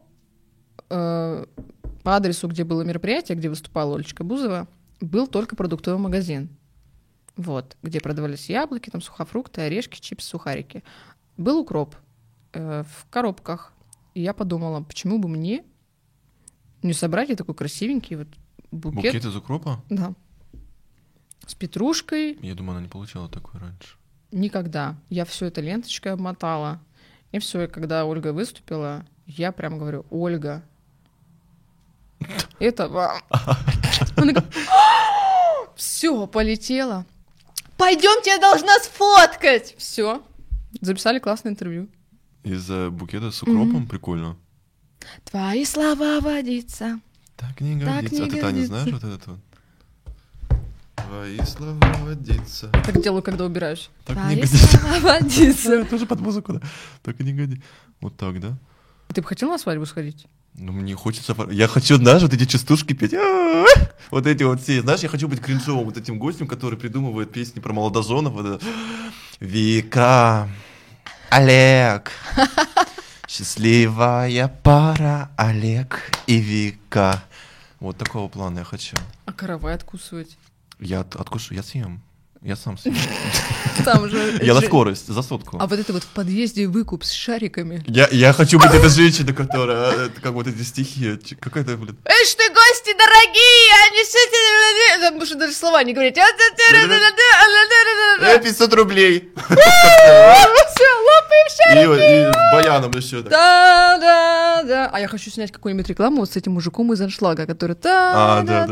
по адресу, где было мероприятие, где выступала Олечка Бузова, был только продуктовый магазин. Вот, где продавались яблоки, там сухофрукты, орешки, чипсы, сухарики. Был укроп в коробках. И я подумала, почему бы мне не собрать, и такой красивенький вот букет. Букет из укропа? Да. С петрушкой. Я думаю, она не получала такой раньше. Никогда. Я все это ленточкой обмотала. И все, и когда Ольга выступила, я прям говорю: Ольга, это вам. Все, полетела. Пойдемте, я должна сфоткать. Все. Записали классное интервью. Из букета с укропом? Прикольно. Твои слова водиться. Так не Так годится. не А ты, Таня, годится. знаешь вот этот вот? Твои слова водиться. Так делаю, когда убираюсь. Так не Твои годится. слова водиться. Тоже под музыку, да? Так и не годится. Вот так, да? Ты бы хотел на свадьбу сходить? Ну, мне хочется... Я хочу, знаешь, вот эти частушки петь. Вот эти вот все. Знаешь, я хочу быть кринжовым вот этим гостем, который придумывает песни про молодоженов. Вот это. Вика, Олег, счастливая пара Олег и Вика. Вот такого плана я хочу. А каравай откусывать? Я откушу, я съем. Я сам съем. Там же... Я на скорость, за сотку. А вот это вот в подъезде выкуп с шариками. Я хочу быть этой женщиной, которая, как вот эти стихи, какая-то, блин. Эй, что гости дорогие, они все... Там потому что даже слова не говорят. 500 рублей. Все, лопаем шарики. И с баяном еще так. Да. А я хочу снять какую-нибудь рекламу вот с этим мужиком из аншлага, который... да.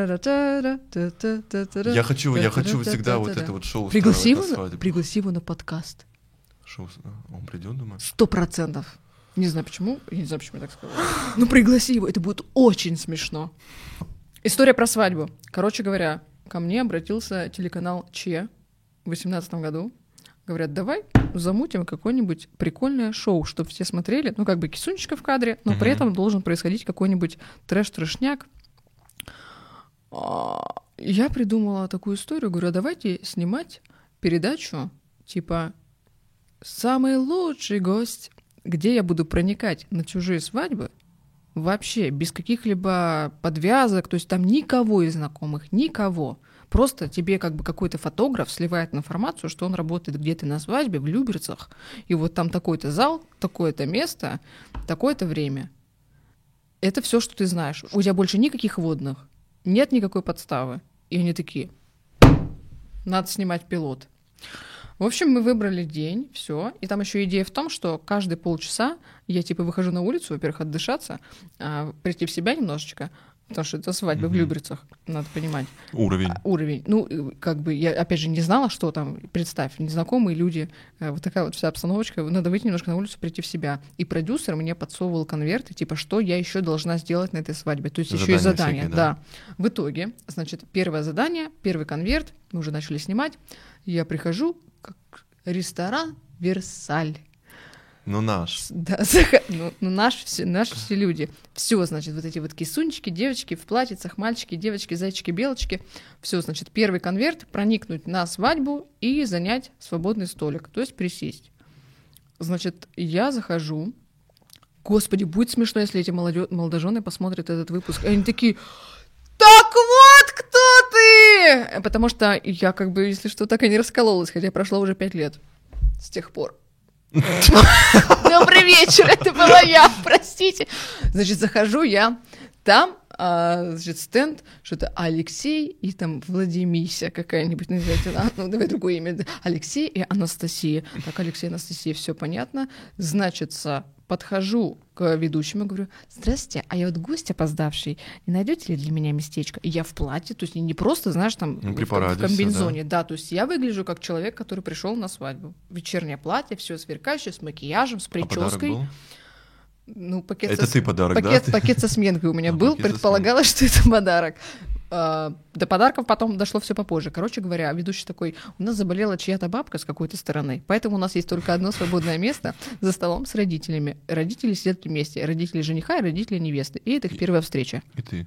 Я хочу всегда вот это вот шоу Пригласи устраивать на свадьбу. Пригласи его на подкаст. Шоу, он придет, думаешь? 100%. Не знаю почему, я не знаю, почему я так сказала. Ну пригласи его, это будет очень смешно. История про свадьбу. Короче говоря, ко мне обратился телеканал Че в 2018 году. Говорят, давай замутим какое-нибудь прикольное шоу, чтобы все смотрели. Ну, как бы кисунечка в кадре, но при этом должен происходить какой-нибудь трэш-трэшняк. Я придумала такую историю. Говорю, а давайте снимать передачу типа «Самый лучший гость», где я буду проникать на чужие свадьбы вообще без каких-либо подвязок, то есть там никого из знакомых, никого. Просто тебе как бы какой-то фотограф сливает информацию, что он работает где-то на свадьбе в Люберцах, и вот там такой-то зал, такое-то место, такое-то время. Это все, что ты знаешь. У тебя больше никаких вводных, нет никакой подставы. И они такие, надо снимать пилот. В общем, мы выбрали день, все. И там еще идея в том, что каждые полчаса я типа выхожу на улицу, во-первых, отдышаться, прийти в себя немножечко, потому что это свадьба в Люберцах, надо понимать. Уровень. Ну, как бы я, опять же, не знала, что там, представь, незнакомые люди, вот такая вот вся обстановочка, надо выйти немножко на улицу, прийти в себя. И продюсер мне подсовывал конверты, типа, что я еще должна сделать на этой свадьбе. То есть еще и задание, всякие, да. В итоге, значит, первое задание, первый конверт, мы уже начали снимать, я прихожу, как ресторан «Версаль». Ну, наш. Да, наши все люди. Все, значит, вот эти вот кисунчики, девочки в платьицах, мальчики, девочки, зайчики, белочки. Все, значит, первый конверт, проникнуть на свадьбу и занять свободный столик, то есть присесть. Значит, я захожу. Господи, будет смешно, если эти молодожены посмотрят этот выпуск. И они такие... Так вот кто ты! Потому что я как бы, если что, так и не раскололась, хотя прошло уже 5 лет с тех пор. Добрый вечер, это была я, простите. Значит, захожу я, там, значит, стенд, что-то Алексей и там Владимися какая-нибудь, ну, давай другое имя, Алексей и Анастасия. Так, Алексей, Анастасия, все понятно. Значит, подхожу к ведущему и говорю, здрасте, а я вот гость опоздавший, не найдете ли для меня местечко? И я в платье, то есть не просто, знаешь, там в комбинезоне, да, то есть я выгляжу как человек, который пришел на свадьбу. Вечернее платье, все сверкающее, с макияжем, с прической. Ну, пакет это ты подарок, пакет со сменкой у меня был, предполагалось, что это подарок. До подарков потом дошло все попозже. Короче говоря, ведущий такой, у нас заболела чья-то бабка с какой-то стороны, поэтому у нас есть только одно свободное место за столом с родителями. Родители сидят вместе, родители жениха и родители невесты. И это их первая встреча. И ты?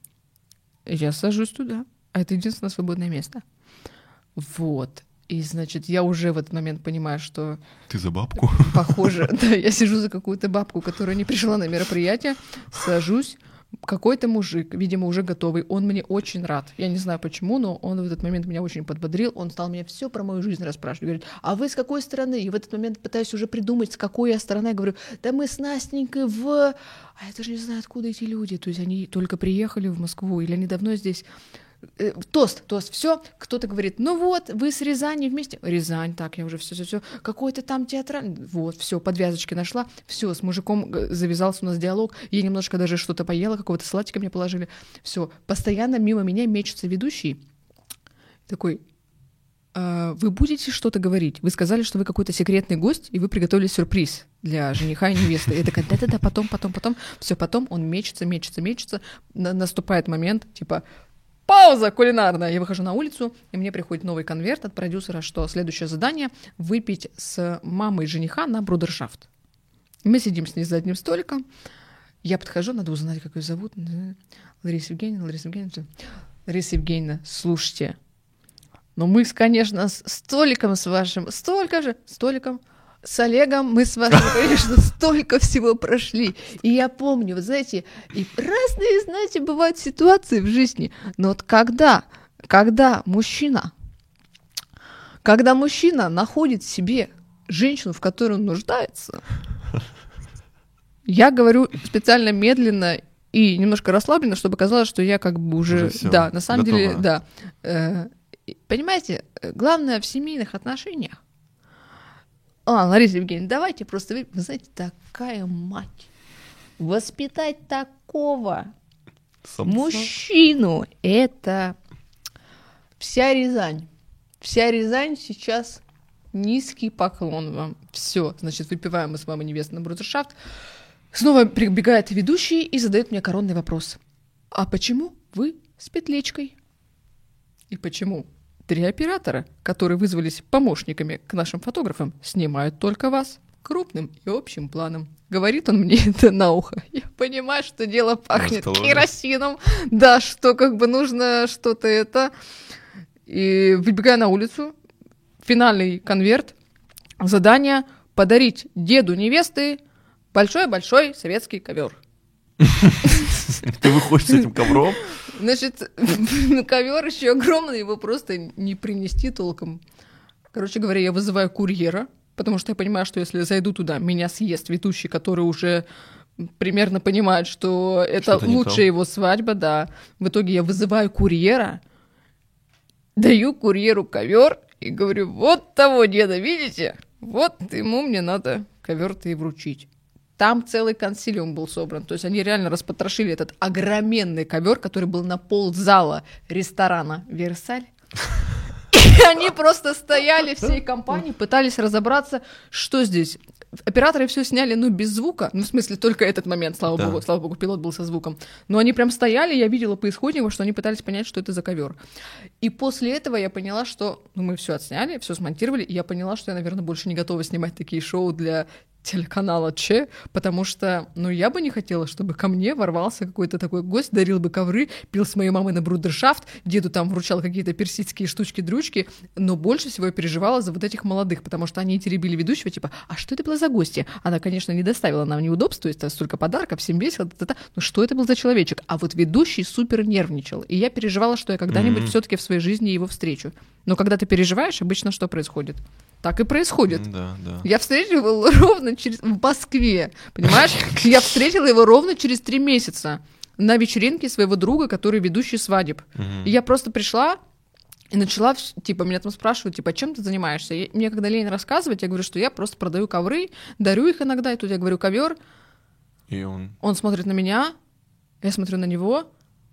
Я сажусь туда, а это единственное свободное место. Вот. И, значит, я уже в этот момент понимаю, что... Ты за бабку? Похоже, да, я сижу за какую-то бабку, которая не пришла на мероприятие, сажусь, Какой-то мужик, видимо, уже готовый, он мне очень рад. Я не знаю почему, но он в этот момент меня очень подбодрил. Он стал мне все про мою жизнь расспрашивать. Говорит, а вы с какой стороны? И в этот момент пытаюсь уже придумать, с какой я стороны. Я говорю, да мы с Настенькой А я даже не знаю, откуда эти люди. То есть они только приехали в Москву или они давно здесь. Тост, все. Кто-то говорит, ну вот, вы с Рязани вместе. Рязань, так, я уже все. Какой-то там театральный. Вот, все, подвязочки нашла. Все, с мужиком завязался у нас диалог. Я немножко даже что-то поела, какого-то салатика мне положили. Все, постоянно мимо меня мечется ведущий. Такой, вы будете что-то говорить? Вы сказали, что вы какой-то секретный гость, и вы приготовили сюрприз для жениха и невесты. Я такая, да-да-да, потом. Все, потом он мечется. Наступает момент, типа, пауза кулинарная. Я выхожу на улицу, и мне приходит новый конверт от продюсера, что следующее задание — выпить с мамой жениха на брудершафт. Мы сидим с ней за одним столиком. Я подхожу, надо узнать, как ее зовут. Лариса Евгеньевна, слушайте, но мы, конечно, с Олегом мы с вами, конечно, столько всего прошли. И я помню, вы знаете, и разные, знаете, бывают ситуации в жизни. Но вот когда мужчина находит в себе женщину, в которой он нуждается, я говорю специально медленно и немножко расслабленно, чтобы казалось, что я как бы уже всё, да, на самом готова. деле, да. Понимаете, главное в семейных отношениях. Лариса Евгеньевна, давайте просто... Вы знаете, такая мать. Воспитать такого мужчину — это вся Рязань. Вся Рязань сейчас низкий поклон вам. Все, значит, выпиваем мы с мамой невесты на брудершафт. Снова прибегает ведущий и задает мне коронный вопрос. А почему вы с петличкой? И почему 3 оператора, которые вызвались помощниками к нашим фотографам, снимают только вас крупным и общим планом? Говорит он мне это на ухо. Я понимаю, что дело пахнет керосином. Да, что как бы нужно что-то это. И выбегаю на улицу. Финальный конверт. Задание — подарить деду невесты большой-большой советский ковер. Ты выходишь с этим ковром? Значит, ковер еще огромный, его просто не принести толком. Короче говоря, я вызываю курьера, потому что я понимаю, что если зайду туда, меня съест ведущий, который уже примерно понимает, что это лучшая его свадьба, да. В итоге я вызываю курьера, даю курьеру ковер и говорю, вот того деда, видите? Вот ему мне надо ковер-то и вручить. Там целый консилиум был собран. То есть они реально распотрошили этот огроменный ковер, который был на ползала ресторана «Версаль». И они просто стояли всей компанией, пытались разобраться, что здесь. Операторы все сняли, без звука. В смысле, только этот момент, слава богу, пилот был со звуком. Но они прям стояли, я видела по исходнику, что они пытались понять, что это за ковер. И после этого я поняла, что мы все отсняли, все смонтировали, и я поняла, что я, наверное, больше не готова снимать такие шоу для телеканала Че, потому что, я бы не хотела, чтобы ко мне ворвался какой-то такой гость, дарил бы ковры, пил с моей мамой на брудершафт, деду там вручал какие-то персидские штучки-дрючки, но больше всего я переживала за вот этих молодых, потому что они теребили ведущего, типа, а что это было за гостья? Она, конечно, не доставила нам неудобств, то есть столько подарков, всем весело, но что это был за человечек? А вот ведущий супер нервничал, и я переживала, что я когда-нибудь все-таки в своей жизни его встречу. Но когда ты переживаешь, обычно что происходит? Так и происходит. Да. Я встретила его ровно в Москве, понимаешь? Я встретила его ровно через 3 месяца на вечеринке своего друга, который ведущий свадеб. И я просто пришла и начала, меня там спрашивают, чем ты занимаешься? Мне когда лень рассказывать, я говорю, что я просто продаю ковры, дарю их иногда, и тут я говорю ковер. И он смотрит на меня, я смотрю на него,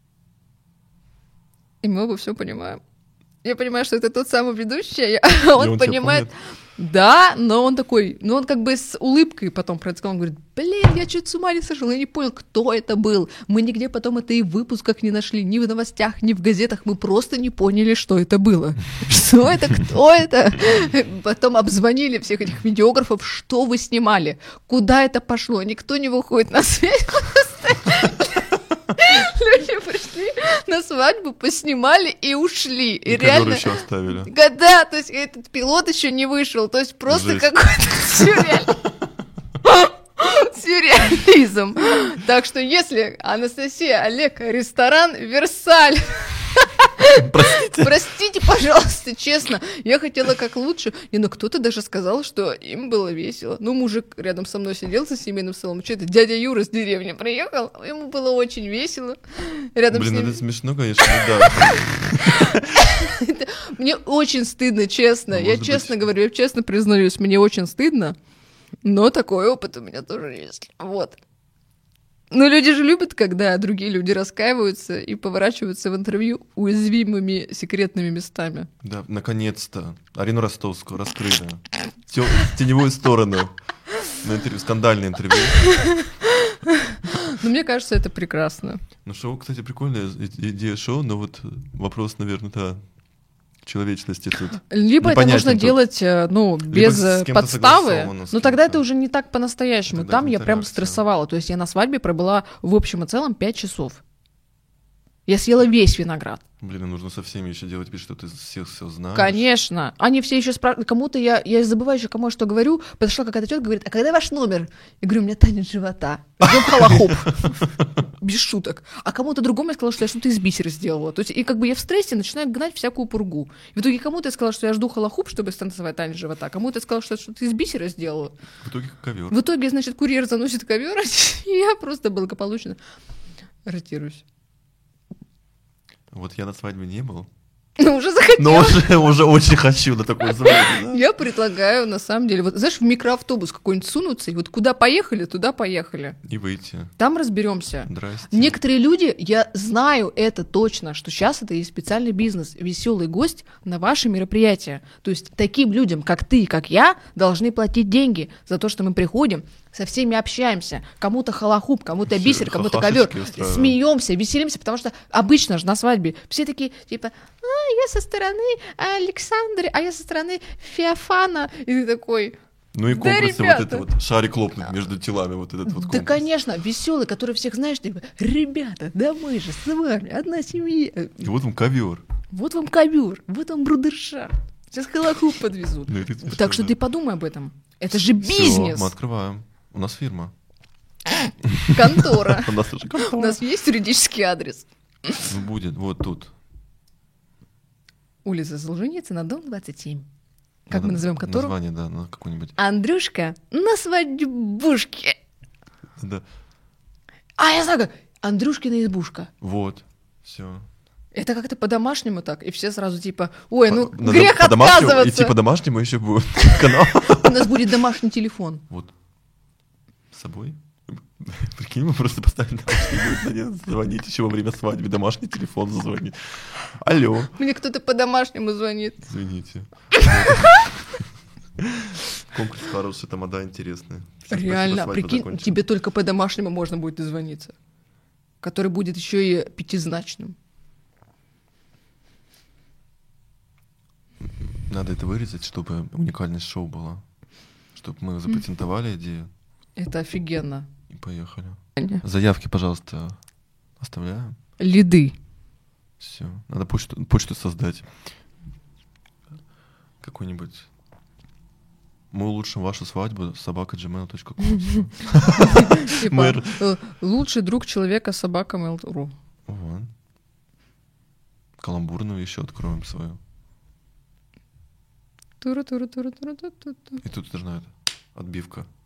и мы оба все понимаем. Я понимаю, что это тот самый ведущий, он понимает... Да, но он такой, он как бы с улыбкой потом сказал, он говорит, я чуть с ума не сошел, я не понял, кто это был. Мы нигде потом это и в выпусках не нашли, ни в новостях, ни в газетах, мы просто не поняли, что это было. Что это, кто это? Потом обзвонили всех этих видеографов, что вы снимали, куда это пошло, никто не выходит на связь. Люди пришли на свадьбу, поснимали и ушли. И реально еще оставили. Да, то есть этот пилот еще не вышел. То есть просто какой-то сюрреализм. Так что если Анастасия, Олег, ресторан Версаль... Простите, пожалуйста, честно. Я хотела как лучше. Но кто-то даже сказал, что им было весело. Ну, мужик рядом со мной сидел за семейным столом. Что это, дядя Юра с деревни приехал? Ему было очень весело. Рядом с ним... это смешно, конечно, да. Мне очень стыдно, честно. Я честно говорю, я честно признаюсь, мне очень стыдно. Но такой опыт у меня тоже есть. Вот. Но люди же любят, когда другие люди раскаиваются и поворачиваются в интервью уязвимыми секретными местами. Да, наконец-то. Арину Ростовскую раскрыли. Теневую сторону. На интервью, скандальное интервью. Ну, мне кажется, это прекрасно. Ну, шоу, кстати, прикольная идея шоу, но вот вопрос, наверное, да, человечности тут. Либо это нужно делать, ну, без подставы, но тогда это уже не так по-настоящему. Тогда там я прям стрессовала. То есть я на свадьбе пробыла в общем и целом 5 часов. Я съела весь виноград. Блин, нужно со всеми еще делать вид, что ты всех все знаешь. Конечно. Они все еще спрашивают. Кому-то я забываю еще, кому я что говорю. Подошла какая-то тетка, говорит, а когда ваш номер? Я говорю, у меня танец живота. Идем холохоп. Без шуток. А кому-то другому я сказала, что я что-то из бисера сделала. То есть, и как бы я в стрессе начинаю гнать всякую пургу. В итоге кому-то я сказала, что я жду холохоп, чтобы станцевать танец живота. Кому-то я сказала, что я что-то из бисера сделала. В итоге ковер. В итоге, значит, курьер заносит ковер, и я просто благополучно ротируюсь. Вот я на свадьбе не был. Ну, уже захотел. Но уже очень хочу на такой свадьбе. Да? Я предлагаю, на самом деле, вот, знаешь, в микроавтобус какой-нибудь сунуться, и вот куда поехали, туда поехали. И выйти. Там разберемся. Здрасте. Некоторые люди, я знаю это точно, что сейчас это есть специальный бизнес, веселый гость на ваши мероприятия. То есть таким людям, как ты и как я, должны платить деньги за то, что мы приходим, со всеми общаемся, кому-то холохуп, кому-то бисер, кому-то ковер, смеемся, веселимся, потому что обычно же на свадьбе все такие, типа, я со стороны Александры, а я со стороны Феофана, и ты такой... Ну и конкурсы, вот это вот, шарик лопнуть между телами, вот этот вот конкурс. Да, конечно, веселый, который всех, знаешь, типа, ребята, да мы же с вами, одна семья. И вот вам ковер. Вот вам ковер, вот вам брудершафт. Сейчас холохуп подвезут. Ну, так что ты подумай об этом. Это же бизнес. Мы открываем. У нас фирма. Контора. У нас уже контора. У нас есть юридический адрес. Ну, будет, вот тут. Улица Солженицына, дом 27. Как мы назовем контору? Название, да, на какую-нибудь. Андрюшка на свадьбушке. Да. А, я знаю как. Андрюшкина избушка. Вот, все. Это как-то по-домашнему так, и все сразу типа, ой, ну грех отказываться. Идти по-домашнему еще будет канал. У нас будет домашний телефон. Вот. С собой? Прикинь, мы просто поставили домашний, будет звонить еще во время свадьбы, домашний телефон зазвонить. Алло. Мне кто-то по-домашнему звонит. Извините. Конкурс хороший, тамада интересная. Реально, прикинь, тебе только по-домашнему можно будет дозвониться, который будет еще и пятизначным. Надо это вырезать, чтобы уникальность шоу была. Чтобы мы запатентовали идею. Это офигенно. И поехали. Заявки, пожалуйста, оставляем. Лиды. Все. Надо почту создать. Какой-нибудь. Мы улучшим вашу свадьбу @gmail.com. Лучший друг человека @mail.ru. Вот. Каламбурную еще откроем свою. И тут должна эта отбивка.